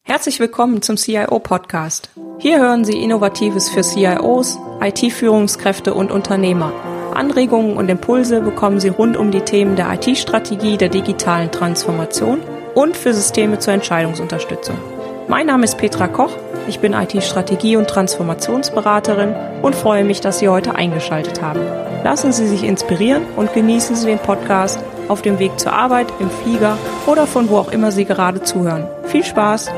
Herzlich willkommen zum CIO-Podcast. Hier hören Sie Innovatives für CIOs, IT-Führungskräfte und Unternehmer. Anregungen und Impulse bekommen Sie rund um die Themen der IT-Strategie, der digitalen Transformation und für Systeme zur Entscheidungsunterstützung. Mein Name ist Petra Koch, ich bin IT-Strategie- und Transformationsberaterin und freue mich, dass Sie heute eingeschaltet haben. Lassen Sie sich inspirieren und genießen Sie den Podcast auf dem Weg zur Arbeit, im Flieger oder von wo auch immer Sie gerade zuhören. Viel Spaß!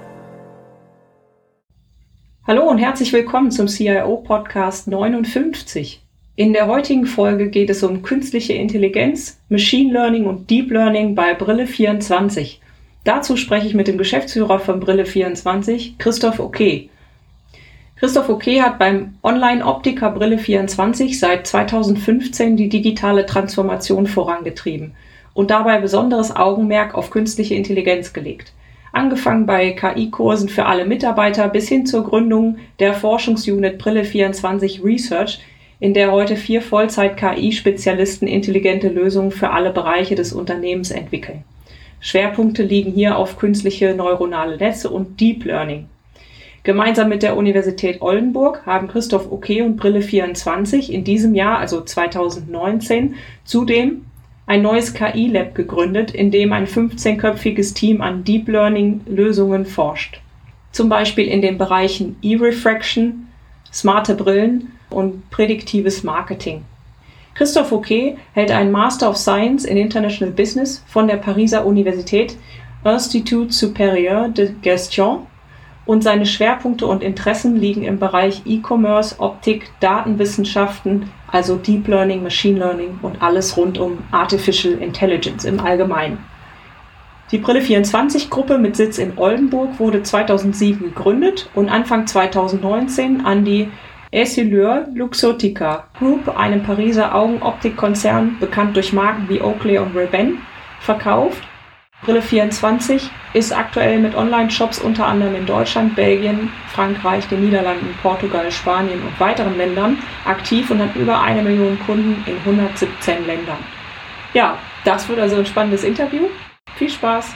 Hallo und herzlich willkommen zum CIO-Podcast 59. In der heutigen Folge geht es um künstliche Intelligenz, Machine Learning und Deep Learning bei Brille24. Dazu spreche ich mit dem Geschäftsführer von Brille24, Christoph Oke. Christoph Oke hat beim Online-Optiker Brille24 seit 2015 die digitale Transformation vorangetrieben und dabei besonderes Augenmerk auf künstliche Intelligenz gelegt. Angefangen bei KI-Kursen für alle Mitarbeiter bis hin zur Gründung der Forschungsunit Brille24 Research, in der heute 4 Vollzeit-KI-Spezialisten intelligente Lösungen für alle Bereiche des Unternehmens entwickeln. Schwerpunkte liegen hier auf künstliche neuronale Netze und Deep Learning. Gemeinsam mit der Universität Oldenburg haben Christoph Oke und Brille24 in diesem Jahr, also 2019, zudem ein neues KI-Lab gegründet, in dem ein 15-köpfiges Team an Deep Learning-Lösungen forscht. Zum Beispiel in den Bereichen E-Refraction, smarte Brillen und prädiktives Marketing. Christoph Oke hält einen Master of Science in International Business von der Pariser Universität Institut Supérieur de Gestion und seine Schwerpunkte und Interessen liegen im Bereich E-Commerce, Optik, Datenwissenschaften, also Deep Learning, Machine Learning und alles rund um Artificial Intelligence im Allgemeinen. Die Brille24-Gruppe mit Sitz in Oldenburg wurde 2007 gegründet und Anfang 2019 an die Essilor Luxottica Group, einem Pariser Augenoptikkonzern, bekannt durch Marken wie Oakley und Ray-Ban, verkauft. Brille24 ist aktuell mit Online-Shops unter anderem in Deutschland, Belgien, Frankreich, den Niederlanden, Portugal, Spanien und weiteren Ländern aktiv und hat über 1 Million Kunden in 117 Ländern. Ja, das wird also ein spannendes Interview. Viel Spaß!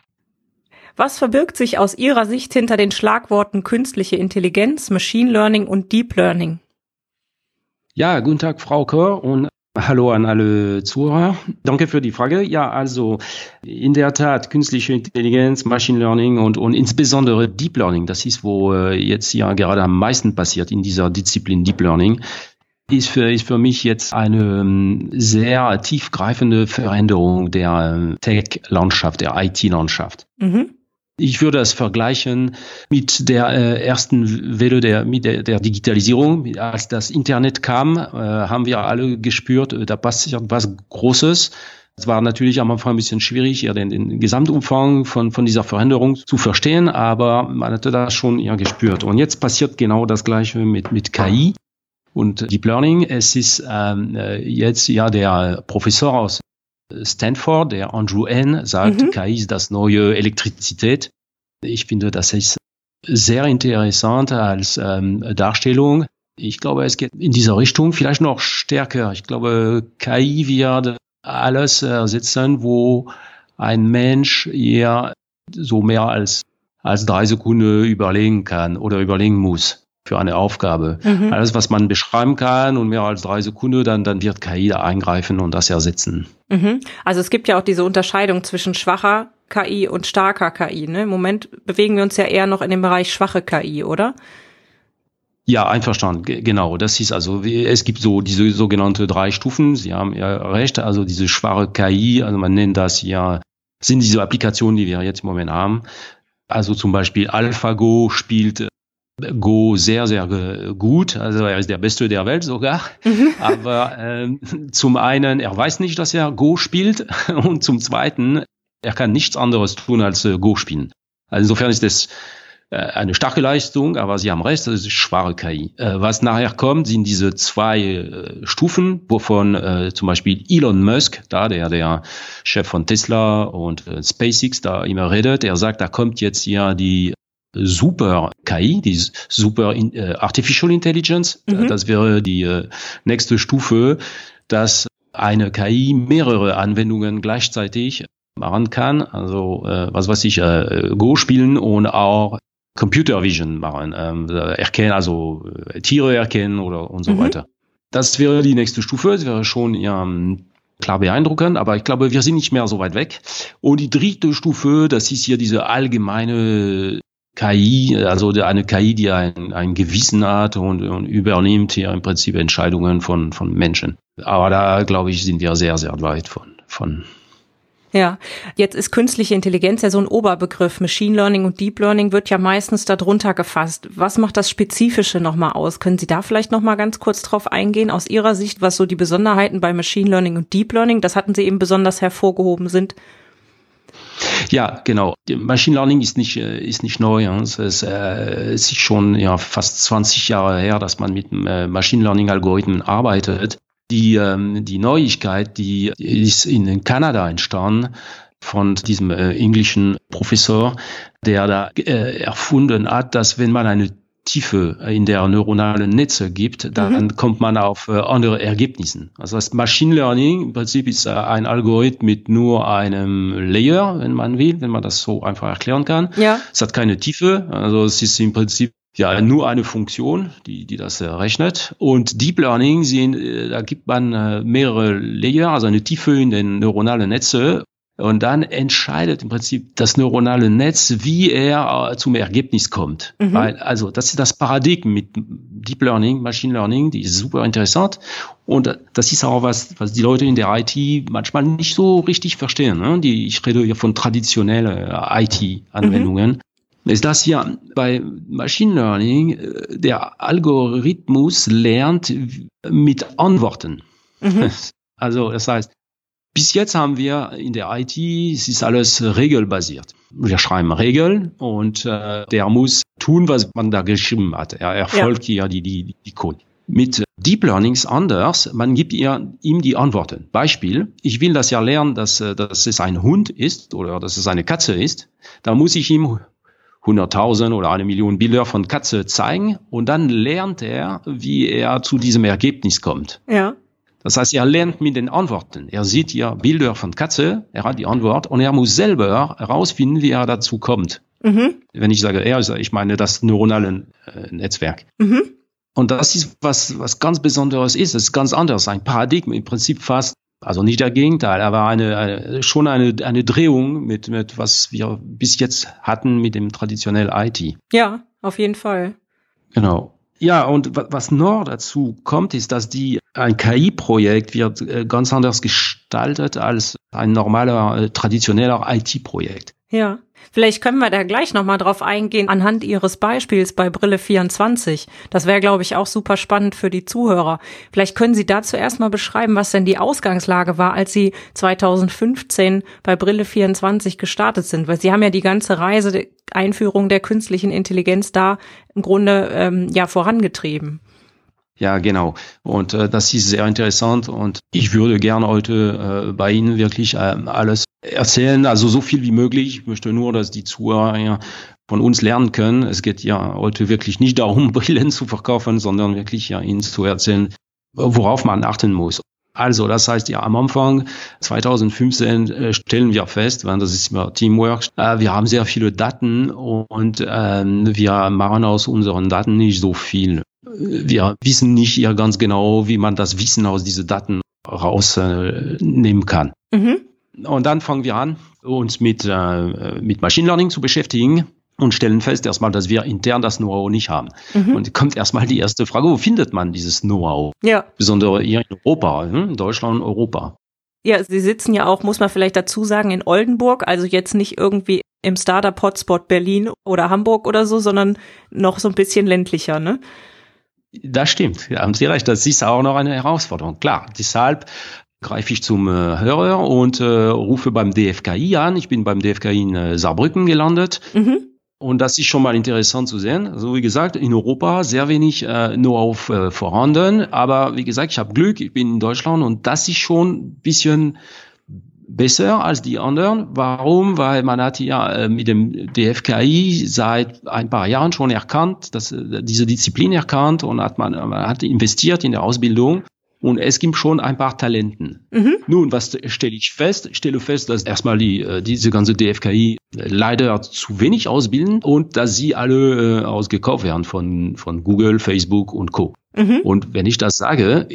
Was verbirgt sich aus Ihrer Sicht hinter den Schlagworten künstliche Intelligenz, Machine Learning und Deep Learning? Ja, guten Tag, Frau Koch, und hallo an alle Zuhörer. Danke für die Frage. Ja, also in der Tat, künstliche Intelligenz, Machine Learning und insbesondere Deep Learning, das ist, wo jetzt ja gerade am meisten passiert in dieser Disziplin Deep Learning, ist für mich jetzt eine sehr tiefgreifende Veränderung der Tech-Landschaft, der IT-Landschaft. Mhm. Ich würde es vergleichen mit der ersten Welle mit der Digitalisierung. Als das Internet kam, haben wir alle gespürt, da passiert was Großes. Es war natürlich am Anfang ein bisschen schwierig, den Gesamtumfang von dieser Veränderung zu verstehen, aber man hatte das schon gespürt. Und jetzt passiert genau das Gleiche mit KI und Deep Learning. Es ist jetzt der Professor aus Stanford, der Andrew Ng, sagt, KI ist das neue Elektrizität. Ich finde, das ist sehr interessant als Darstellung. Ich glaube, es geht in dieser Richtung vielleicht noch stärker. Ich glaube, KI wird alles ersetzen, wo ein Mensch eher so mehr als 3 Sekunden überlegen kann oder überlegen muss für eine Aufgabe. Alles, was man beschreiben kann und mehr als 3 Sekunden, dann wird KI da eingreifen und das ersetzen. Also es gibt ja auch diese Unterscheidung zwischen schwacher KI und starker KI. Ne? Im Moment bewegen wir uns ja eher noch in dem Bereich schwache KI, oder? Ja, einverstanden, genau. Das ist also, es gibt so diese sogenannte 3 Stufen. Sie haben ja recht, also diese schwache KI, also man nennt das sind diese Applikationen, die wir jetzt im Moment haben. Also zum Beispiel AlphaGo spielt Go sehr, sehr gut, also er ist der Beste der Welt sogar, aber zum einen, er weiß nicht, dass er Go spielt und zum zweiten, er kann nichts anderes tun als Go spielen. Also insofern ist das eine starke Leistung, aber Sie haben recht, das ist schwache KI. Was nachher kommt, sind diese 2 Stufen, wovon zum Beispiel Elon Musk, der Chef von Tesla und SpaceX da immer redet, er sagt, da kommt jetzt die Super KI, die Super Artificial Intelligence, das wäre die nächste Stufe, dass eine KI mehrere Anwendungen gleichzeitig machen kann. Also was weiß ich, Go spielen und auch Computer Vision machen, erkennen, also Tiere erkennen oder und so weiter. Das wäre die nächste Stufe. Das wäre schon klar beeindruckend, aber ich glaube, wir sind nicht mehr so weit weg. Und die dritte Stufe, das ist hier diese allgemeine KI, also eine KI, die ein Gewissen hat und übernimmt hier im Prinzip Entscheidungen von Menschen. Aber da, glaube ich, sind wir sehr, sehr weit von. Ja, jetzt ist künstliche Intelligenz ja so ein Oberbegriff. Machine Learning und Deep Learning wird ja meistens darunter gefasst. Was macht das Spezifische nochmal aus? Können Sie da vielleicht nochmal ganz kurz drauf eingehen, aus Ihrer Sicht, was so die Besonderheiten bei Machine Learning und Deep Learning, das hatten Sie eben besonders hervorgehoben, sind? Ja, genau. Machine Learning ist nicht neu. Ja. Es ist schon fast 20 Jahre her, dass man mit Machine Learning Algorithmen arbeitet. Die Neuigkeit, die ist in Kanada entstanden von diesem englischen Professor, der da erfunden hat, dass wenn man eine Tiefe in der neuronalen Netze gibt, dann kommt man auf andere Ergebnisse. Also das Machine Learning im Prinzip ist ein Algorithmus mit nur einem Layer, wenn man will, wenn man das so einfach erklären kann. Ja. Es hat keine Tiefe, also es ist im Prinzip nur eine Funktion, die das rechnet. Und Deep Learning da gibt man mehrere Layer, also eine Tiefe in den neuronalen Netze. Und dann entscheidet im Prinzip das neuronale Netz, wie er zum Ergebnis kommt. Weil, also, das ist das Paradigma mit Deep Learning, Machine Learning, die ist super interessant. Und das ist auch was die Leute in der IT manchmal nicht so richtig verstehen. Ne? Ich rede hier von traditionellen IT-Anwendungen. Ist das hier bei Machine Learning, der Algorithmus lernt mit Antworten. Also, das heißt, bis jetzt haben wir in der IT, es ist alles regelbasiert. Wir schreiben Regeln und der muss tun, was man da geschrieben hat. Er erfolgt hier die Code. Mit Deep Learning ist anders. Man gibt ihm die Antworten. Beispiel, ich will, dass er lernt, dass es ein Hund ist oder dass es eine Katze ist. Da muss ich ihm 100.000 oder 1 Million Bilder von Katze zeigen und dann lernt er, wie er zu diesem Ergebnis kommt. Ja. Das heißt, er lernt mit den Antworten. Er sieht ja Bilder von Katze, er hat die Antwort und er muss selber herausfinden, wie er dazu kommt. Wenn ich sage ich meine das neuronale Netzwerk. Und das ist was ganz Besonderes ist. Es ist ganz anders. Ein Paradigma im Prinzip fast, also nicht der Gegenteil, aber schon eine Drehung mit was wir bis jetzt hatten mit dem traditionellen IT. Ja, auf jeden Fall. Genau. Ja, und was noch dazu kommt, ist, dass ein KI-Projekt wird ganz anders gestaltet als ein normaler, traditioneller IT-Projekt. Ja, vielleicht können wir da gleich nochmal drauf eingehen, anhand Ihres Beispiels bei Brille 24. Das wäre, glaube ich, auch super spannend für die Zuhörer. Vielleicht können Sie dazu erstmal beschreiben, was denn die Ausgangslage war, als Sie 2015 bei Brille 24 gestartet sind. Weil Sie haben ja die ganze Reise der Einführung der künstlichen Intelligenz da im Grunde vorangetrieben. Ja, genau. Und das ist sehr interessant und ich würde gerne heute bei Ihnen wirklich alles erzählen, also so viel wie möglich. Ich möchte nur, dass die Zuhörer von uns lernen können. Es geht ja heute wirklich nicht darum, Brillen zu verkaufen, sondern wirklich Ihnen zu erzählen, worauf man achten muss. Also, das heißt am Anfang 2015 stellen wir fest, weil das ist immer Teamwork, wir haben sehr viele Daten und wir machen aus unseren Daten nicht so viel. Wir wissen nicht ganz genau, wie man das Wissen aus diesen Daten rausnehmen kann. Und dann fangen wir an, uns mit Machine Learning zu beschäftigen und stellen fest erstmal, dass wir intern das Know-how nicht haben. Und kommt erstmal die erste Frage, wo findet man dieses Know-how? Ja. Besonders hier in Europa, in Deutschland und Europa. Ja, Sie sitzen ja auch, muss man vielleicht dazu sagen, in Oldenburg, also jetzt nicht irgendwie im Startup-Hotspot Berlin oder Hamburg oder so, sondern noch so ein bisschen ländlicher, ne? Das stimmt, ja, haben Sie recht, das ist auch noch eine Herausforderung. Klar, deshalb greife ich zum Hörer und rufe beim DFKI an. Ich bin beim DFKI in Saarbrücken gelandet. Und das ist schon mal interessant zu sehen. Also wie gesagt, in Europa sehr wenig Know-how vorhanden. Aber wie gesagt, ich habe Glück, ich bin in Deutschland und das ist schon ein bisschen besser als die anderen. Warum? Weil man hat ja mit dem DFKI seit ein paar Jahren schon erkannt, dass diese Disziplin erkannt und man hat investiert in der Ausbildung. Und es gibt schon ein paar Talenten. Nun, was stelle ich fest? Ich stelle fest, dass erstmal diese ganze DFKI leider zu wenig ausbilden und dass sie alle ausgekauft werden von Google, Facebook und Co. Und wenn ich das sage,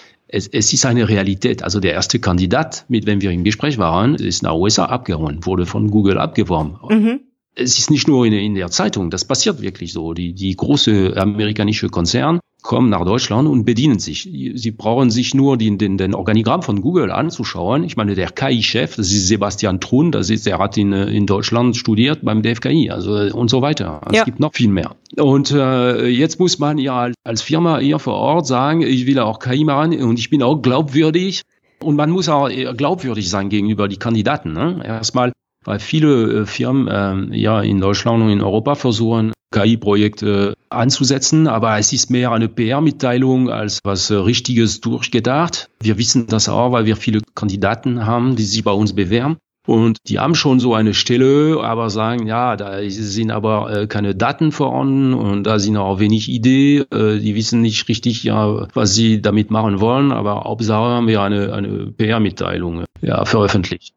es ist eine Realität. Also der erste Kandidat, mit dem wir im Gespräch waren, ist nach USA abgehauen, wurde von Google abgeworben. Es ist nicht nur in der Zeitung, das passiert wirklich so. Die große amerikanische Konzerne kommen nach Deutschland und bedienen sich. Sie brauchen sich nur den Organigramm von Google anzuschauen. Ich meine, der KI-Chef, das ist Sebastian Thrun, der hat in Deutschland studiert beim DFKI, also und so weiter. Es gibt noch viel mehr. Und jetzt muss man ja als Firma hier vor Ort sagen, ich will auch KI machen und ich bin auch glaubwürdig. Und man muss auch glaubwürdig sein gegenüber die Kandidaten. Ne? Erstmal, weil viele Firmen in Deutschland und in Europa versuchen, KI-Projekte anzusetzen, aber es ist mehr eine PR-Mitteilung als was Richtiges durchgedacht. Wir wissen das auch, weil wir viele Kandidaten haben, die sich bei uns bewerben. Und die haben schon so eine Stelle, aber sagen, ja, da sind aber keine Daten vorhanden und da sind auch wenig Ideen. Die wissen nicht richtig, was sie damit machen wollen, aber Hauptsache haben wir eine PR-Mitteilung veröffentlicht.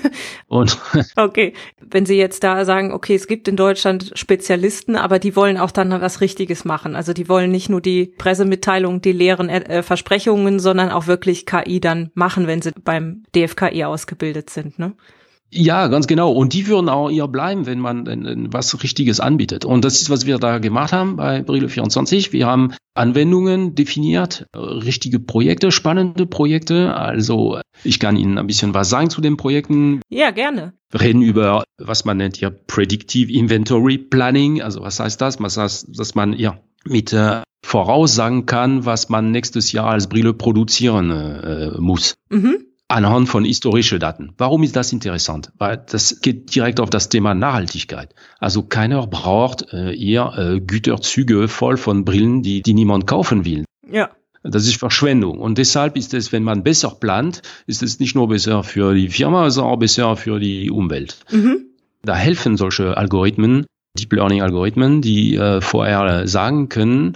Und okay, wenn Sie jetzt da sagen, okay, es gibt in Deutschland Spezialisten, aber die wollen auch dann was Richtiges machen. Also die wollen nicht nur die Pressemitteilung, die leeren Versprechungen, sondern auch wirklich KI dann machen, wenn sie beim DFKI ausgebildet sind, ne? Ja, ganz genau. Und die würden auch hier bleiben, wenn man was Richtiges anbietet. Und das ist, was wir da gemacht haben bei Brille 24. Wir haben Anwendungen definiert, richtige Projekte, spannende Projekte. Also ich kann Ihnen ein bisschen was sagen zu den Projekten. Ja, gerne. Wir reden über, was man nennt hier Predictive Inventory Planning. Also was heißt das? Was heißt, dass man mit voraussagen kann, was man nächstes Jahr als Brille produzieren muss. Anhand von historischen Daten. Warum ist das interessant? Weil das geht direkt auf das Thema Nachhaltigkeit. Also keiner braucht Güterzüge voll von Brillen, die niemand kaufen will. Ja. Das ist Verschwendung. Und deshalb ist es, wenn man besser plant, ist es nicht nur besser für die Firma, sondern auch besser für die Umwelt. Da helfen solche Algorithmen, Deep Learning Algorithmen, die vorher sagen können,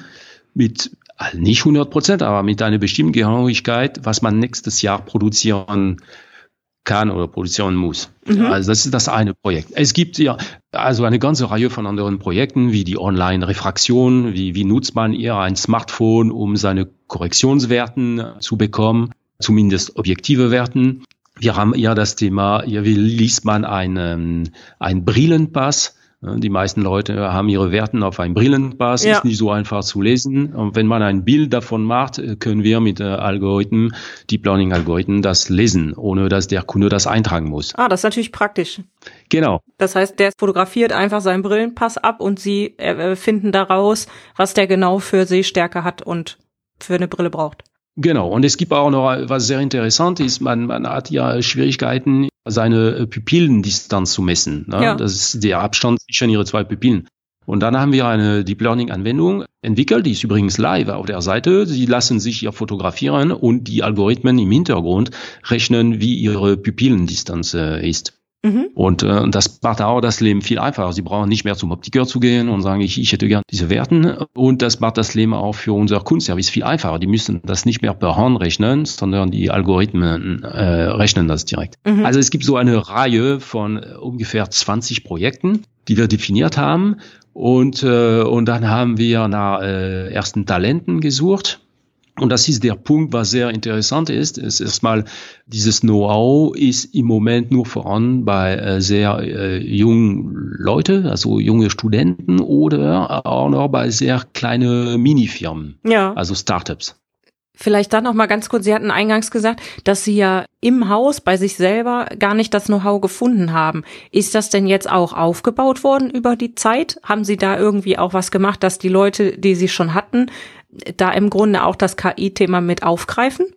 nicht 100%, aber mit einer bestimmten Genauigkeit, was man nächstes Jahr produzieren kann oder produzieren muss. Also das ist das eine Projekt. Es gibt also eine ganze Reihe von anderen Projekten, wie die Online-Refraktion, wie nutzt man ein Smartphone, um seine Korrektionswerten zu bekommen, zumindest objektive Werten. Wir haben das Thema, wie liest man einen Brillenpass. Die meisten Leute haben ihre Werten auf einem Brillenpass, ist nicht so einfach zu lesen. Und wenn man ein Bild davon macht, können wir mit Algorithmen, Deep Learning Algorithmen, das lesen, ohne dass der Kunde das eintragen muss. Das ist natürlich praktisch. Genau. Das heißt, der fotografiert einfach seinen Brillenpass ab und Sie finden daraus, was der genau für Sehstärke hat und für eine Brille braucht. Genau. Und es gibt auch noch was sehr interessant ist, man hat Schwierigkeiten, seine Pupillendistanz zu messen. Ne? Ja. Das ist der Abstand zwischen ihre zwei Pupillen. Und dann haben wir eine Deep Learning Anwendung entwickelt, die ist übrigens live auf der Seite. Sie lassen sich hier fotografieren und die Algorithmen im Hintergrund rechnen, wie ihre Pupillendistanz ist. Und das macht auch das Leben viel einfacher. Sie brauchen nicht mehr zum Optiker zu gehen und sagen, ich hätte gern diese Werten. Und das macht das Leben auch für unser Kundenservice viel einfacher. Die müssen das nicht mehr per Hand rechnen, sondern die Algorithmen rechnen das direkt. Also es gibt so eine Reihe von ungefähr 20 Projekten, die wir definiert haben. Und dann haben wir nach ersten Talenten gesucht. Und das ist der Punkt, was sehr interessant ist. Es ist erstmal, dieses Know-how ist im Moment nur vorhanden bei sehr jungen Leute, also junge Studenten oder auch noch bei sehr kleinen Minifirmen, also Startups. Vielleicht dann noch mal ganz kurz, Sie hatten eingangs gesagt, dass Sie ja im Haus bei sich selber gar nicht das Know-how gefunden haben. Ist das denn jetzt auch aufgebaut worden über die Zeit? Haben Sie da irgendwie auch was gemacht, dass die Leute, die Sie schon hatten, da im Grunde auch das KI-Thema mit aufgreifen?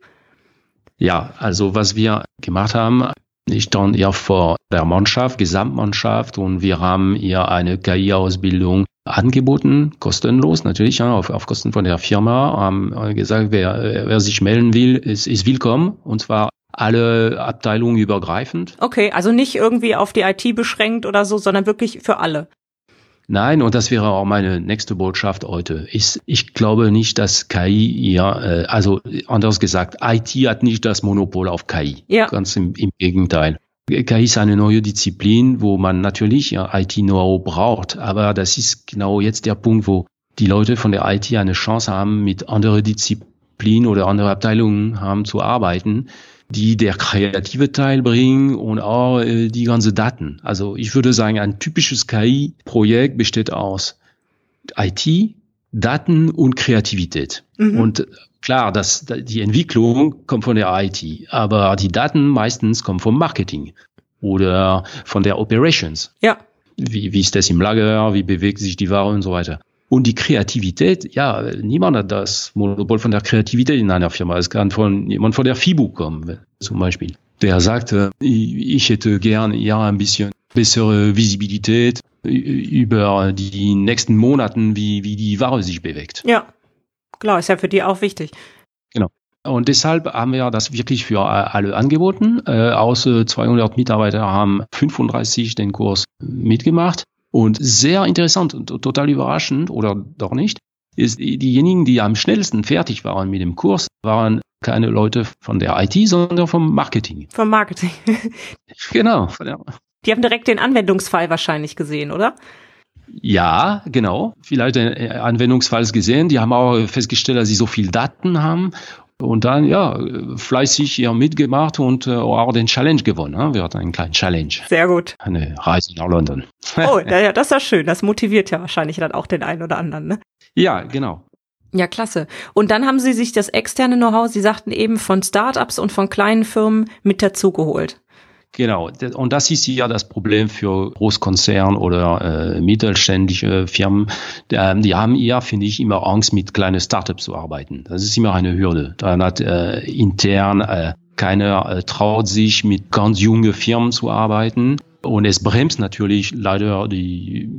Ja, also was wir gemacht haben, ich stand ja vor der Gesamtmannschaft und wir haben ihr eine KI-Ausbildung angeboten, kostenlos natürlich, auf Kosten von der Firma, haben gesagt, wer sich melden will, ist willkommen und zwar alle Abteilungen übergreifend. Okay, also nicht irgendwie auf die IT beschränkt oder so, sondern wirklich für alle. Nein, und das wäre auch meine nächste Botschaft heute. Ich glaube nicht, dass KI also anders gesagt, IT hat nicht das Monopol auf KI. Ja. Ganz im Gegenteil. KI ist eine neue Disziplin, wo man natürlich IT-Know-how braucht, aber das ist genau jetzt der Punkt, wo die Leute von der IT eine Chance haben, mit anderen Disziplinen oder anderen Abteilungen haben zu arbeiten, die der kreative Teil bringen und auch die ganze Daten. Also ich würde sagen, ein typisches KI-Projekt besteht aus IT, Daten und Kreativität. Und klar, die Entwicklung kommt von der IT, aber die Daten meistens kommen vom Marketing oder von der Operations. Ja. Wie ist das im Lager, wie bewegt sich die Ware und so weiter. Und die Kreativität, ja, niemand hat das Monopol von der Kreativität in einer Firma. Es kann von jemand von der FIBU kommen, zum Beispiel. Der sagt, ich hätte gern ein bisschen bessere Visibilität über die nächsten Monaten, wie die Ware sich bewegt. Ja, klar, ist ja für die auch wichtig. Genau. Und deshalb haben wir das wirklich für alle angeboten. Aus 200 Mitarbeiter haben 35 den Kurs mitgemacht. Und sehr interessant und total überraschend, oder doch nicht, ist, diejenigen, die am schnellsten fertig waren mit dem Kurs, waren keine Leute von der IT, sondern vom Marketing. Vom Marketing. Genau. Die haben direkt den Anwendungsfall wahrscheinlich gesehen, oder? Ja, genau. Vielleicht den Anwendungsfall gesehen. Die haben auch festgestellt, dass sie so viel Daten haben. Und dann, fleißig mitgemacht und auch den Challenge gewonnen. Wir hatten einen kleinen Challenge. Sehr gut. Eine Reise nach London. Oh, ja, das ist ja schön. Das motiviert ja wahrscheinlich dann auch den einen oder anderen, ne? Ja, genau. Ja, klasse. Und dann haben Sie sich das externe Know-how, Sie sagten eben, von Startups und von kleinen Firmen mit dazugeholt. Genau, und das ist ja das Problem für Großkonzerne oder mittelständische Firmen. Die haben eher, finde ich, immer Angst, mit kleinen Startups zu arbeiten. Das ist immer eine Hürde. Dann hat intern keiner traut sich, mit ganz jungen Firmen zu arbeiten. Und es bremst natürlich leider die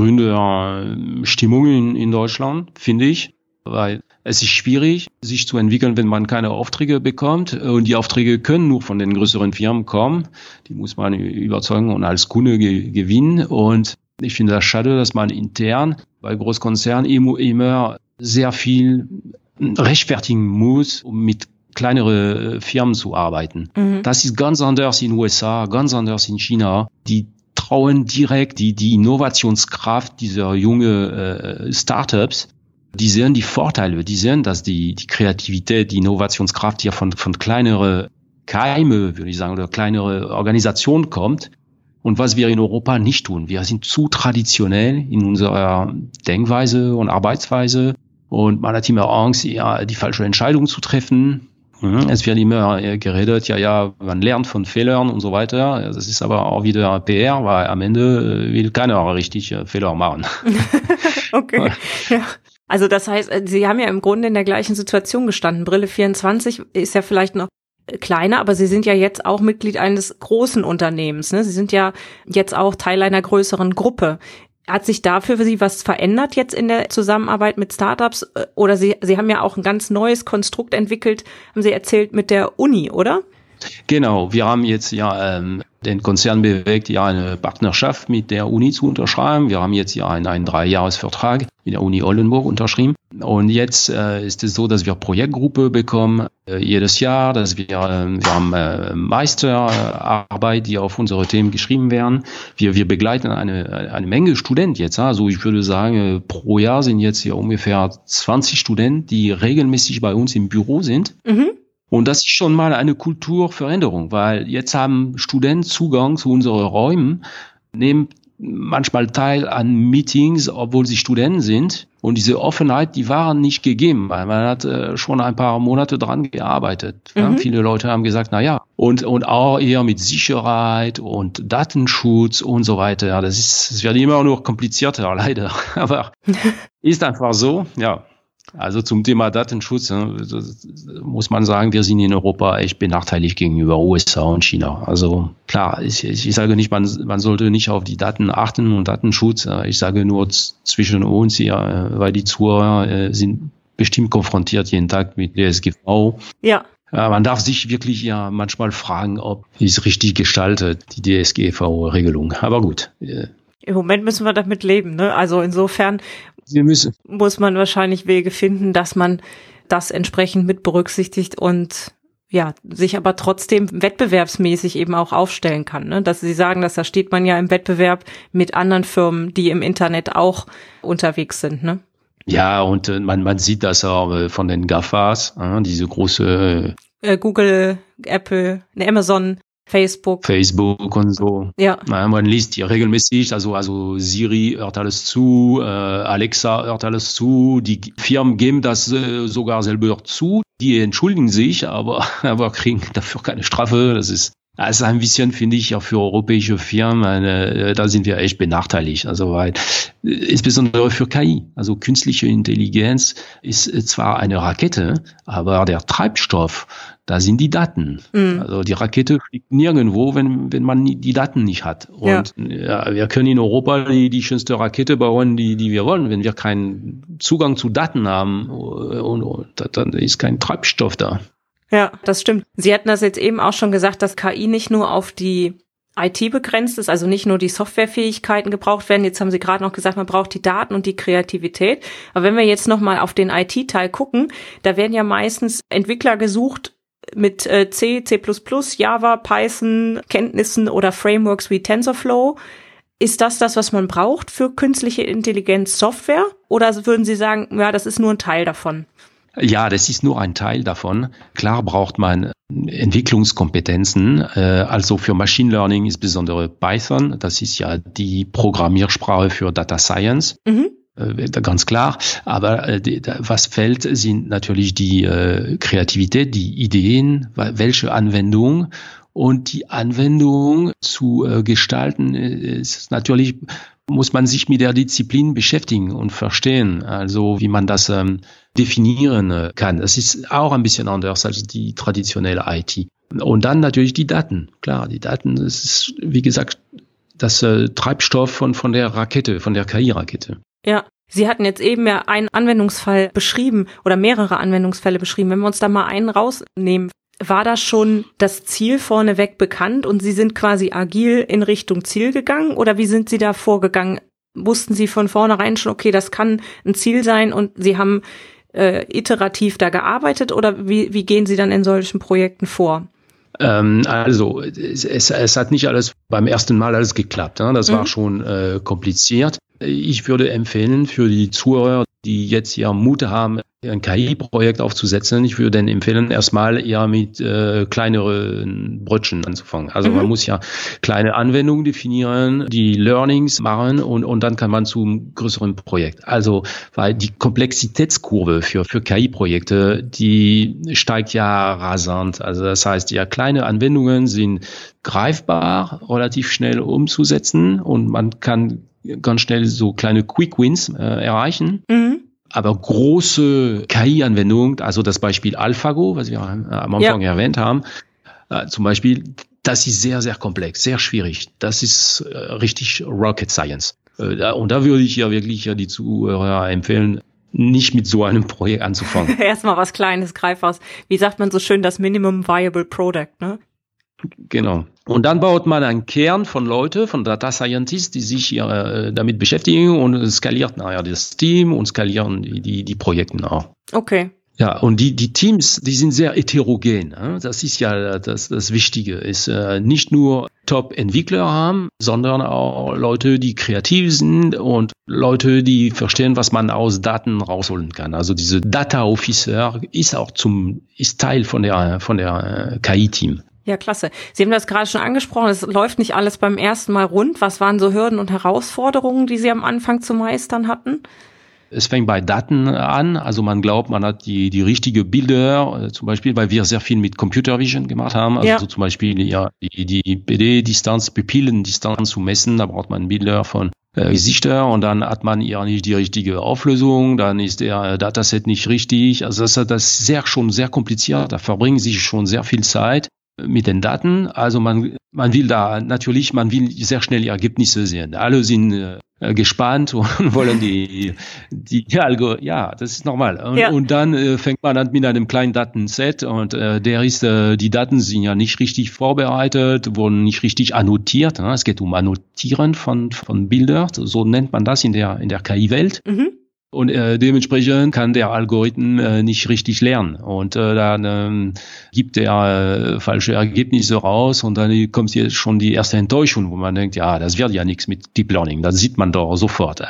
Gründerstimmung in Deutschland, finde ich, weil es ist schwierig, sich zu entwickeln, wenn man keine Aufträge bekommt. Und die Aufträge können nur von den größeren Firmen kommen. Die muss man überzeugen und als Kunde gewinnen. Und ich finde das schade, dass man intern bei Großkonzernen immer sehr viel rechtfertigen muss, um mit kleineren Firmen zu arbeiten. Mhm. Das ist ganz anders in den USA, ganz anders in China. Die trauen direkt die Innovationskraft dieser jungen Startups. Die sehen die Vorteile, die sehen, dass die Kreativität, die Innovationskraft hier von kleinere Keime, würde ich sagen, oder kleinere Organisationen kommt. Und was wir in Europa nicht tun. Wir sind zu traditionell in unserer Denkweise und Arbeitsweise. Und man hat immer Angst, die falsche Entscheidung zu treffen. Es wird immer geredet, man lernt von Fehlern und so weiter. Das ist aber auch wieder PR, weil am Ende will keiner richtig Fehler machen. Okay, ja. Also das heißt, Sie haben ja im Grunde in der gleichen Situation gestanden. Brille 24 ist ja vielleicht noch kleiner, aber Sie sind ja jetzt auch Mitglied eines großen Unternehmens, ne? Sie sind ja jetzt auch Teil einer größeren Gruppe. Hat sich dafür für Sie was verändert jetzt in der Zusammenarbeit mit Startups? Oder Sie haben ja auch ein ganz neues Konstrukt entwickelt, haben Sie erzählt, mit der Uni, oder? Genau, wir haben jetzt den Konzern bewegt, eine Partnerschaft mit der Uni zu unterschreiben. Wir haben jetzt einen 3-Jahres-Vertrag mit der Uni Oldenburg unterschrieben. Und jetzt ist es so, dass wir Projektgruppe bekommen jedes Jahr, dass wir haben Meisterarbeit, die auf unsere Themen geschrieben werden. Wir begleiten eine Menge Studenten jetzt. Also ich würde sagen, pro Jahr sind jetzt hier ungefähr 20 Studenten, die regelmäßig bei uns im Büro sind. Mhm. Und das ist schon mal eine Kulturveränderung, weil jetzt haben Studenten Zugang zu unseren Räumen, nehmen manchmal teil an Meetings, obwohl sie Studenten sind. Und diese Offenheit, die waren nicht gegeben, weil man hat schon ein paar Monate dran gearbeitet. Mhm. Ja, viele Leute haben gesagt, und auch eher mit Sicherheit und Datenschutz und so weiter. Ja, es wird immer nur komplizierter, leider. Aber ist einfach so, ja. Also zum Thema Datenschutz muss man sagen, wir sind in Europa echt benachteiligt gegenüber USA und China. Also klar, ich sage nicht, man sollte nicht auf die Daten achten und Datenschutz. Ich sage nur zwischen uns hier, weil die Zuhörer sind bestimmt konfrontiert jeden Tag mit DSGVO. Ja. Man darf sich wirklich manchmal fragen, ob es richtig gestaltet, die DSGVO-Regelung. Aber gut. Im Moment müssen wir damit leben, ne? Also insofern muss man wahrscheinlich Wege finden, dass man das entsprechend mit berücksichtigt und ja, sich aber trotzdem wettbewerbsmäßig eben auch aufstellen kann, ne? Dass Sie sagen, dass da steht man ja im Wettbewerb mit anderen Firmen, die im Internet auch unterwegs sind, ne? Ja, und man sieht das auch von den GAFAs, diese große Google, Apple, Amazon, Facebook und so. Ja. Man liest ja regelmäßig, also Siri hört alles zu, Alexa hört alles zu, die Firmen geben das sogar selber zu, die entschuldigen sich, aber kriegen dafür keine Strafe. Das ist ein bisschen, finde ich, auch für europäische Firmen, da sind wir echt benachteiligt. Also weil insbesondere für KI, also künstliche Intelligenz ist zwar eine Rakete, aber der Treibstoff, da sind die Daten. Also die Rakete fliegt nirgendwo, wenn man die Daten nicht hat. Und ja, wir können in Europa die schönste Rakete bauen, die wir wollen. Wenn wir keinen Zugang zu Daten haben, und dann ist kein Treibstoff da. Ja, das stimmt. Sie hatten das jetzt eben auch schon gesagt, dass KI nicht nur auf die IT begrenzt ist, also nicht nur die Softwarefähigkeiten gebraucht werden. Jetzt haben Sie gerade noch gesagt, man braucht die Daten und die Kreativität. Aber wenn wir jetzt nochmal auf den IT-Teil gucken, da werden ja meistens Entwickler gesucht mit C, C++, Java, Python, Kenntnissen oder Frameworks wie TensorFlow. Ist das, was man braucht für künstliche Intelligenz Software? Oder würden Sie sagen, ja, das ist nur ein Teil davon? Ja, das ist nur ein Teil davon. Klar braucht man Entwicklungskompetenzen, also für Machine Learning insbesondere Python. Das ist ja die Programmiersprache für Data Science. Ganz klar. Aber was fehlt, sind natürlich die Kreativität, die Ideen, welche Anwendung. Und die Anwendung zu gestalten ist natürlich, muss man sich mit der Disziplin beschäftigen und verstehen, also wie man das definieren kann. Das ist auch ein bisschen anders als die traditionelle IT. Und dann natürlich die Daten. Klar, die Daten, das ist, wie gesagt, das Treibstoff von der Rakete, von der KI-Rakete. Ja. Sie hatten jetzt eben ja einen Anwendungsfall beschrieben oder mehrere Anwendungsfälle beschrieben. Wenn wir uns da mal einen rausnehmen, war da schon das Ziel vorneweg bekannt und Sie sind quasi agil in Richtung Ziel gegangen oder wie sind Sie da vorgegangen? Wussten Sie von vornherein schon, okay, das kann ein Ziel sein und Sie haben iterativ da gearbeitet oder wie gehen Sie dann in solchen Projekten vor? Also es hat nicht alles beim ersten Mal alles geklappt. Das war schon kompliziert. Ich würde empfehlen für die Zuhörer, die jetzt ja Mut haben, ein KI-Projekt aufzusetzen, ich würde dann empfehlen, erstmal eher mit kleineren Brötchen anzufangen. Also man muss ja kleine Anwendungen definieren, die Learnings machen und dann kann man zum größeren Projekt. Also weil die Komplexitätskurve für KI-Projekte, die steigt ja rasant. Also das heißt, ja, kleine Anwendungen sind greifbar, relativ schnell umzusetzen und man kann ganz schnell so kleine Quick Wins erreichen. Aber große KI-Anwendungen, also das Beispiel AlphaGo, was wir am Anfang erwähnt haben, zum Beispiel, das ist sehr, sehr komplex, sehr schwierig. Das ist richtig Rocket Science. Und da würde ich ja wirklich die Zuhörer empfehlen, nicht mit so einem Projekt anzufangen. Erstmal was Kleines, greifbares. Wie sagt man so schön, das Minimum Viable Product, ne? Genau. Und dann baut man einen Kern von Leuten, von Data Scientists, die sich damit beschäftigen und skaliert nachher das Team und skalieren die Projekte auch. Okay. Ja, und die Teams, die sind sehr heterogen. Das ist ja das Wichtige, ist nicht nur Top-Entwickler haben, sondern auch Leute, die kreativ sind und Leute, die verstehen, was man aus Daten rausholen kann. Also diese Data Officer ist Teil von der KI-Team. Ja, klasse. Sie haben das gerade schon angesprochen, es läuft nicht alles beim ersten Mal rund. Was waren so Hürden und Herausforderungen, die Sie am Anfang zu meistern hatten? Es fängt bei Daten an, also man glaubt, man hat die richtige Bilder, zum Beispiel, weil wir sehr viel mit Computer Vision gemacht haben, also so zum Beispiel die PD-Distanz, Pupillendistanz zu messen, da braucht man Bilder von Gesichter und dann hat man ja nicht die richtige Auflösung, dann ist der Dataset nicht richtig, also das ist schon sehr kompliziert, da verbringen sich schon sehr viel Zeit mit den Daten, also man will sehr schnell die Ergebnisse sehen. Alle sind gespannt und wollen die ja, das ist normal. Und dann fängt man an mit einem kleinen Datenset und die Daten sind ja nicht richtig vorbereitet, wurden nicht richtig annotiert. Ne? Es geht um Annotieren von Bildern, so nennt man das in der KI-Welt. Mhm. Und dementsprechend kann der Algorithmus nicht richtig lernen. Und dann gibt er falsche Ergebnisse raus und dann kommt jetzt schon die erste Enttäuschung, wo man denkt, ja, das wird ja nichts mit Deep Learning. Das sieht man doch sofort.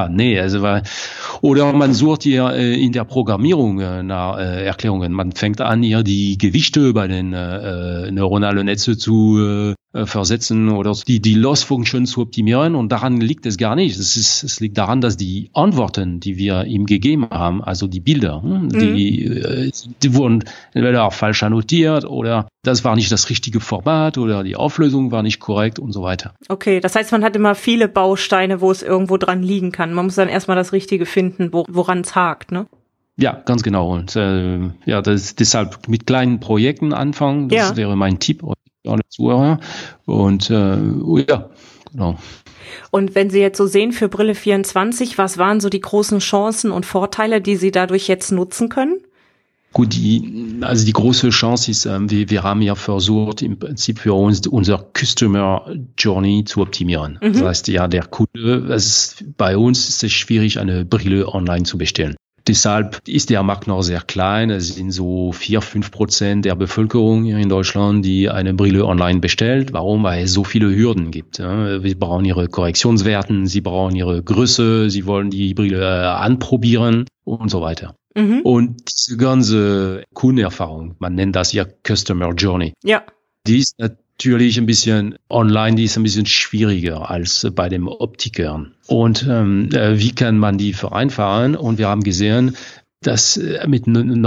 Oder man sucht hier in der Programmierung nach Erklärungen. Man fängt an, hier die Gewichte bei den neuronalen Netzen zu versetzen oder die Loss-Function zu optimieren, und daran liegt es gar nicht. Es liegt daran, dass die Antworten, die wir ihm gegeben haben, also die Bilder, die wurden entweder auch falsch annotiert oder das war nicht das richtige Format oder die Auflösung war nicht korrekt und so weiter. Okay, das heißt, man hat immer viele Bausteine, wo es irgendwo dran liegen kann. Man muss dann erstmal das Richtige finden, woran es hakt, ne? Ja, ganz genau. Und das deshalb mit kleinen Projekten anfangen, das wäre mein Tipp für alle Zuhörer. Und genau. Und wenn Sie jetzt so sehen für Brille 24, was waren so die großen Chancen und Vorteile, die Sie dadurch jetzt nutzen können? Gut, die große Chance ist, wir haben ja versucht, im Prinzip für uns unser Customer Journey zu optimieren. Mhm. Das heißt, ja, der Kunde, bei uns ist es schwierig, eine Brille online zu bestellen. Deshalb ist der Markt noch sehr klein. Es sind so 4-5% der Bevölkerung hier in Deutschland, die eine Brille online bestellt. Warum? Weil es so viele Hürden gibt. Sie brauchen ihre Korrektionswerten, sie brauchen ihre Größe, sie wollen die Brille anprobieren und so weiter. Mhm. Und diese ganze Kundenerfahrung, man nennt das ja Customer Journey. Ja. Die ist natürlich ein bisschen online, die ist ein bisschen schwieriger als bei dem Optiker. Und wie kann man die vereinfachen? Und wir haben gesehen, dass mit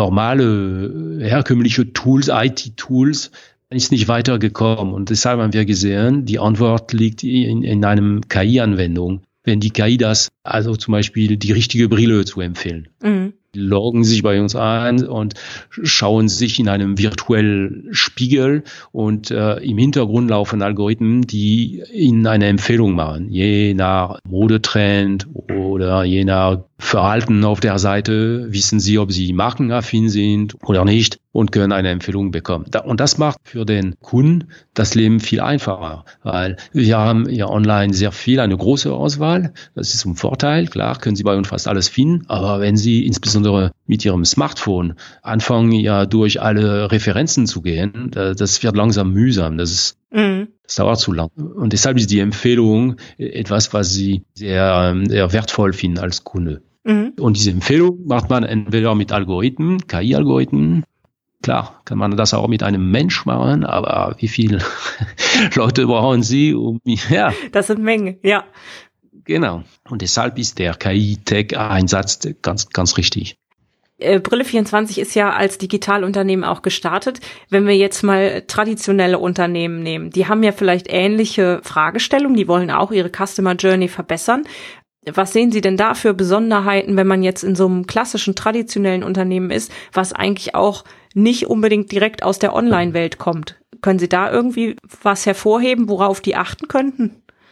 normale herkömmliche Tools, IT-Tools, ist nicht weitergekommen. Und deshalb haben wir gesehen, die Antwort liegt in einem KI-Anwendung. Wenn die KI das, also zum Beispiel die richtige Brille zu empfehlen. Mhm. Loggen sich bei uns ein und schauen sich in einem virtuellen Spiegel und im Hintergrund laufen Algorithmen, die ihnen eine Empfehlung machen, je nach Modetrend oder je nach Verhalten auf der Seite, wissen sie, ob sie markenaffin sind oder nicht und können eine Empfehlung bekommen. Und das macht für den Kunden das Leben viel einfacher, weil wir haben ja online sehr viel, eine große Auswahl. Das ist ein Vorteil, klar, können Sie bei uns fast alles finden, aber wenn Sie insbesondere mit Ihrem Smartphone anfangen, ja durch alle Referenzen zu gehen, das wird langsam mühsam. Das dauert zu lang. Und deshalb ist die Empfehlung etwas, was Sie sehr, sehr wertvoll finden als Kunde. Mhm. Und diese Empfehlung macht man entweder mit Algorithmen, KI-Algorithmen. Klar, kann man das auch mit einem Mensch machen, aber wie viele Leute brauchen Sie? Das sind Mengen, ja. Genau. Und deshalb ist der KI-Tech-Einsatz ganz, ganz richtig. Brille 24 ist ja als Digitalunternehmen auch gestartet. Wenn wir jetzt mal traditionelle Unternehmen nehmen, die haben ja vielleicht ähnliche Fragestellungen, die wollen auch ihre Customer Journey verbessern. Was sehen Sie denn da für Besonderheiten, wenn man jetzt in so einem klassischen, traditionellen Unternehmen ist, was eigentlich auch nicht unbedingt direkt aus der Online-Welt kommt? Können Sie da irgendwie was hervorheben, worauf die achten könnten?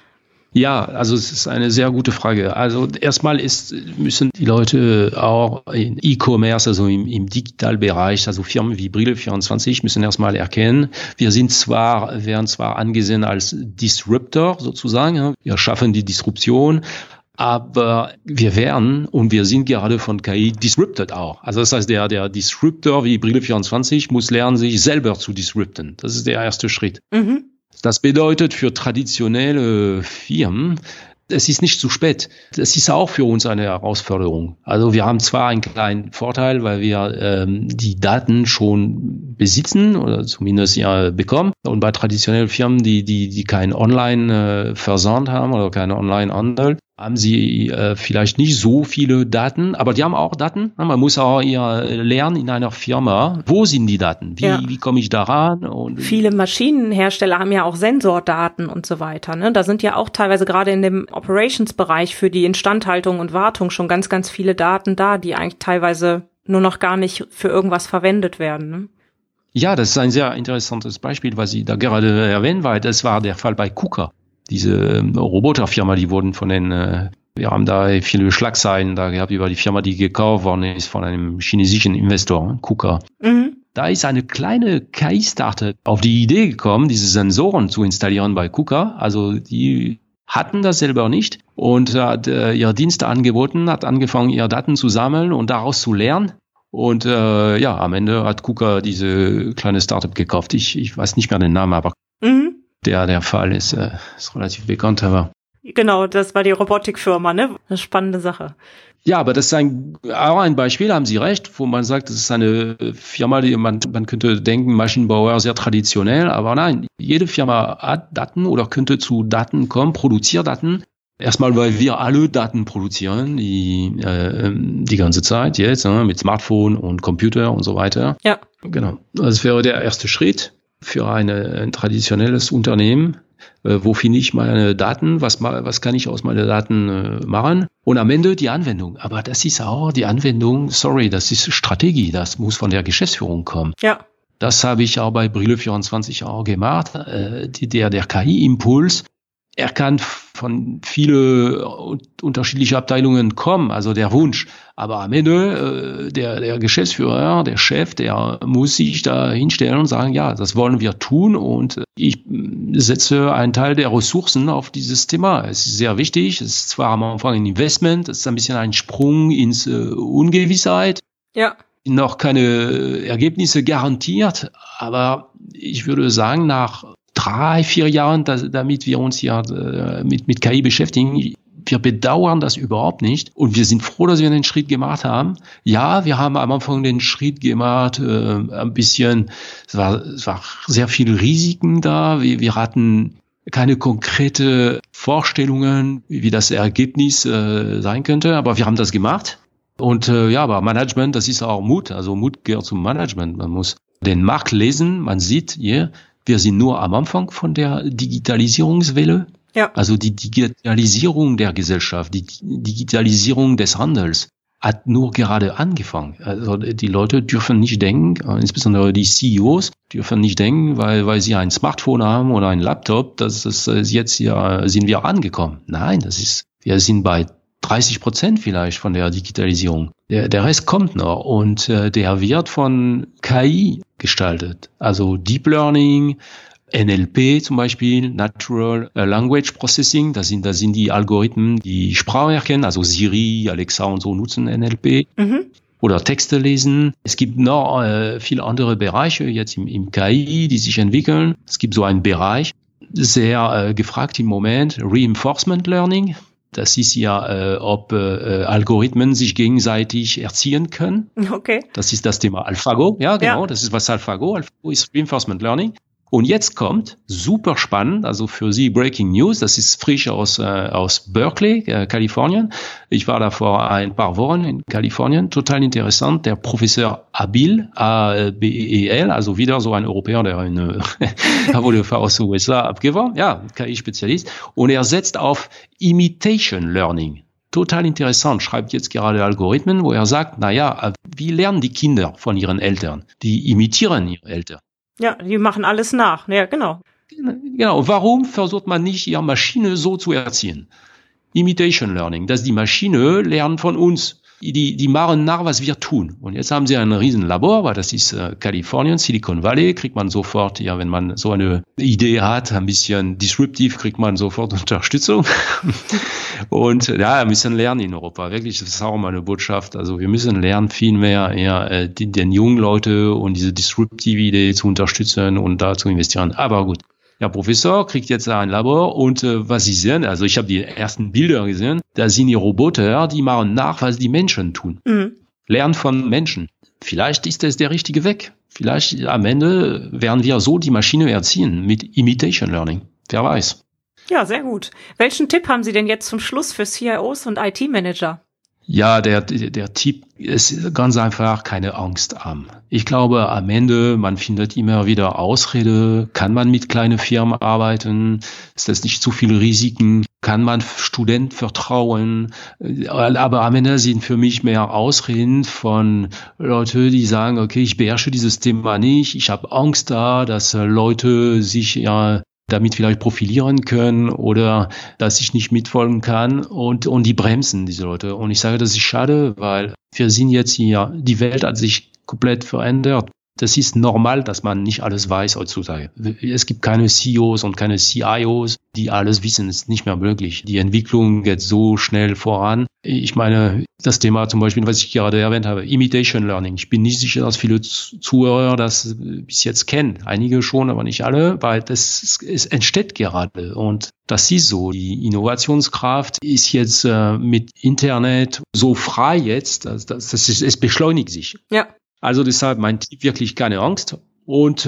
Ja, also es ist eine sehr gute Frage. Also erstmal müssen die Leute auch in E-Commerce, also im Digitalbereich, also Firmen wie Brille 24 müssen erstmal erkennen, wir werden zwar angesehen als Disruptor sozusagen, wir schaffen die Disruption, aber wir sind gerade von KI disrupted auch. Also das heißt, der Disruptor wie Brille 24 muss lernen, sich selber zu disrupten. Das ist der erste Schritt. Mhm. Das bedeutet für traditionelle Firmen, es ist nicht zu spät. Das ist auch für uns eine Herausforderung. Also wir haben zwar einen kleinen Vorteil, weil wir die Daten schon besitzen oder zumindest ja bekommen. Und bei traditionellen Firmen, die keinen Online-Versand haben oder keinen Online-Handel, haben sie vielleicht nicht so viele Daten, aber die haben auch Daten. Man muss auch lernen in einer Firma, wo sind die Daten? Wie komme ich daran? Und viele Maschinenhersteller haben ja auch Sensordaten und so weiter. Ne? Da sind ja auch teilweise gerade in dem Operations-Bereich für die Instandhaltung und Wartung schon ganz, ganz viele Daten da, die eigentlich teilweise nur noch gar nicht für irgendwas verwendet werden. Ne? Ja, das ist ein sehr interessantes Beispiel, was Sie da gerade erwähnen, weil das war der Fall bei KUKA. diese Roboterfirma, die wurden von den, wir haben da viele Schlagzeilen da gehabt über die Firma, die gekauft worden ist von einem chinesischen Investor, KUKA. Mhm. Da ist eine kleine KI-Startup auf die Idee gekommen, diese Sensoren zu installieren bei KUKA. Also die hatten das selber nicht und hat ihre Dienste angeboten, hat angefangen, ihre Daten zu sammeln und daraus zu lernen. Und am Ende hat KUKA diese kleine Startup gekauft. Ich weiß nicht mehr den Namen, aber der Fall ist relativ bekannt. Aber genau, das war die Robotikfirma, ne? Eine spannende Sache. Ja, aber das ist auch ein Beispiel, haben Sie recht, wo man sagt, das ist eine Firma, die man könnte denken, Maschinenbauer sehr traditionell, aber nein, jede Firma hat Daten oder könnte zu Daten kommen, produziert Daten. Erstmal, weil wir alle Daten produzieren, die ganze Zeit jetzt, mit Smartphone und Computer und so weiter. Ja. Genau. Das wäre der erste Schritt für ein traditionelles Unternehmen. Wo finde ich meine Daten? Was kann ich aus meinen Daten machen? Und am Ende die Anwendung. Aber das ist auch die Anwendung, das ist Strategie. Das muss von der Geschäftsführung kommen. Ja. Das habe ich auch bei Brille 24 auch gemacht. Der KI-Impuls, er kann von viele unterschiedliche Abteilungen kommen, also der Wunsch. Aber am Ende, der Geschäftsführer, der Chef, der muss sich da hinstellen und sagen, ja, das wollen wir tun und ich setze einen Teil der Ressourcen auf dieses Thema. Es ist sehr wichtig. Es ist zwar am Anfang ein Investment, es ist ein bisschen ein Sprung ins Ungewissheit. Ja. Noch keine Ergebnisse garantiert, aber ich würde sagen, nach 3-4 Jahren, damit wir uns ja mit KI beschäftigen, wir bedauern das überhaupt nicht und wir sind froh, dass wir den Schritt gemacht haben. Ja, wir haben am Anfang den Schritt gemacht, ein bisschen, es war sehr viel Risiken da. Wir hatten keine konkrete Vorstellungen, wie das Ergebnis sein könnte, aber wir haben das gemacht. Und aber Management, das ist auch Mut. Also Mut gehört zum Management. Man muss den Markt lesen. Man sieht hier, wir sind nur am Anfang von der Digitalisierungswelle. Ja. Also die Digitalisierung der Gesellschaft, die Digitalisierung des Handels hat nur gerade angefangen. Also die Leute dürfen nicht denken, insbesondere die CEOs dürfen nicht denken, weil sie ein Smartphone haben oder ein Laptop, dass es jetzt ja sind wir angekommen. Nein, wir sind bei 30% vielleicht von der Digitalisierung. Der Rest kommt noch und der wird von KI gestaltet. Also Deep Learning, NLP zum Beispiel, Natural Language Processing, das sind die Algorithmen, die Sprache erkennen, also Siri, Alexa und so nutzen NLP. Mhm. Oder Texte lesen. Es gibt noch viele andere Bereiche jetzt im KI, die sich entwickeln. Es gibt so einen Bereich, sehr gefragt im Moment, Reinforcement Learning. Das ist ja, ob Algorithmen sich gegenseitig erziehen können. Okay. Das ist das Thema AlphaGo. Ja, genau. Ja. Das ist was AlphaGo. AlphaGo ist Reinforcement Learning. Und jetzt kommt, super spannend, also für Sie Breaking News, das ist frisch aus Berkeley, Kalifornien. Ich war da vor ein paar Wochen in Kalifornien, total interessant. Der Professor Abeel, A-B-E-E-L, also wieder so ein Europäer, der wurde aus den USA abgeworben, ja, KI-Spezialist. Und er setzt auf Imitation Learning. Total interessant, schreibt jetzt gerade Algorithmen, wo er sagt, wie lernen die Kinder von ihren Eltern? Die imitieren ihre Eltern. Ja, die machen alles nach. Ja, genau. Genau. Warum versucht man nicht, ihre Maschine so zu erziehen? Imitation Learning, dass die Maschine lernt von uns. Die machen nach, was wir tun. Und jetzt haben sie ein riesen Labor, weil das ist Kalifornien, Silicon Valley, kriegt man sofort, ja, wenn man so eine Idee hat, ein bisschen disruptiv, kriegt man sofort Unterstützung. Und ja, wir müssen lernen in Europa. Wirklich, das ist auch meine Botschaft. Also wir müssen lernen, viel mehr den jungen Leute und diese disruptive Idee zu unterstützen und da zu investieren. Aber gut. Der Professor kriegt jetzt ein Labor und was Sie sehen, also ich habe die ersten Bilder gesehen, da sind die Roboter, die machen nach, was die Menschen tun. Mhm. Lernen von Menschen. Vielleicht ist das der richtige Weg. Vielleicht am Ende werden wir so die Maschine erziehen mit Imitation Learning. Wer weiß. Ja, sehr gut. Welchen Tipp haben Sie denn jetzt zum Schluss für CIOs und IT-Manager? Ja, der Tipp ist ganz einfach, keine Angst haben. Ich glaube, am Ende, man findet immer wieder Ausrede. Kann man mit kleinen Firmen arbeiten? Ist das nicht zu viele Risiken? Kann man Studenten vertrauen? Aber am Ende sind für mich mehr Ausreden von Leute, die sagen, okay, ich beherrsche dieses Thema nicht. Ich habe Angst da, dass Leute sich damit vielleicht profilieren können oder dass ich nicht mitfolgen kann und die bremsen diese Leute. Und ich sage, das ist schade, weil wir sind jetzt hier, die Welt hat sich komplett verändert. Das ist normal, dass man nicht alles weiß heutzutage. Es gibt keine CEOs und keine CIOs, die alles wissen. Das ist nicht mehr möglich. Die Entwicklung geht so schnell voran. Ich meine, das Thema zum Beispiel, was ich gerade erwähnt habe, Imitation Learning. Ich bin nicht sicher, dass viele Zuhörer das bis jetzt kennen. Einige schon, aber nicht alle, weil es entsteht gerade. Und das ist so. Die Innovationskraft ist jetzt mit Internet so frei jetzt, es beschleunigt sich. Ja. Also deshalb mein Tipp, wirklich keine Angst und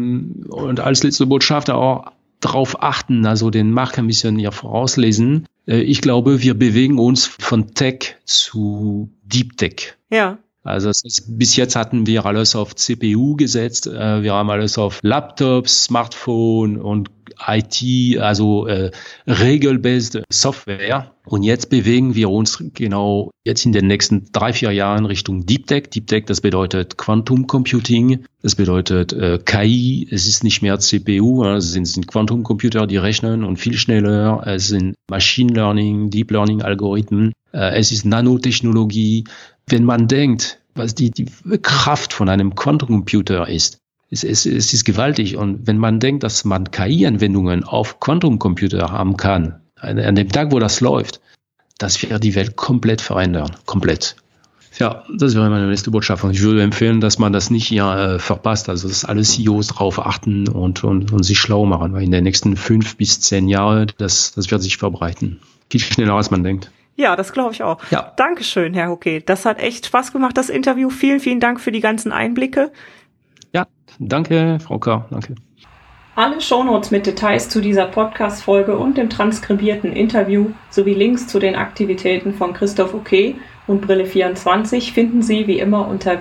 als letzte Botschaft auch darauf achten, also den Markt ein bisschen ja vorauslesen. Ich glaube, wir bewegen uns von Tech zu Deep Tech. Ja. Also bis jetzt hatten wir alles auf CPU gesetzt, wir haben alles auf Laptops, Smartphone und IT, also regelbased Software. Und jetzt bewegen wir uns genau jetzt in den nächsten 3-4 Jahren Richtung Deep Tech. Deep Tech, das bedeutet Quantum Computing, das bedeutet KI, es ist nicht mehr CPU, es sind Quantum Computer, die rechnen und viel schneller, es sind Machine Learning, Deep Learning Algorithmen, es ist Nanotechnologie. Wenn man denkt, was die Kraft von einem Quantencomputer ist, es ist gewaltig. Und wenn man denkt, dass man KI-Anwendungen auf Quantencomputer haben kann, an dem Tag, wo das läuft, das wird die Welt komplett verändern. Komplett. Ja, das wäre meine letzte Botschaft. Und ich würde empfehlen, dass man das nicht hier verpasst. Also, dass alle CEOs darauf achten und sich schlau machen. Weil in den nächsten 5 bis 10 Jahren, das wird sich verbreiten. Viel schneller, als man denkt. Ja, das glaube ich auch. Ja. Dankeschön, Herr Hocquet. Das hat echt Spaß gemacht, das Interview. Vielen, vielen Dank für die ganzen Einblicke. Ja, danke, Frau Kerr. Danke. Alle Shownotes mit Details zu dieser Podcast-Folge und dem transkribierten Interview sowie Links zu den Aktivitäten von Christoph Hocquet und Brille24 finden Sie wie immer unter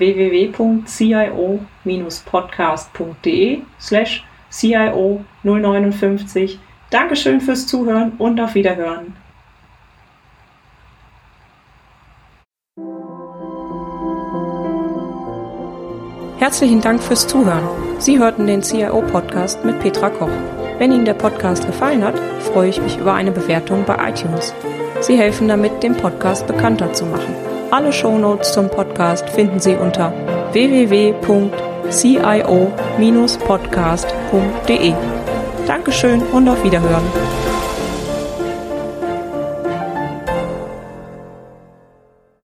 www.cio-podcast.de/CIO059. Dankeschön fürs Zuhören und auf Wiederhören. Herzlichen Dank fürs Zuhören. Sie hörten den CIO-Podcast mit Petra Koch. Wenn Ihnen der Podcast gefallen hat, freue ich mich über eine Bewertung bei iTunes. Sie helfen damit, den Podcast bekannter zu machen. Alle Shownotes zum Podcast finden Sie unter www.cio-podcast.de. Dankeschön und auf Wiederhören.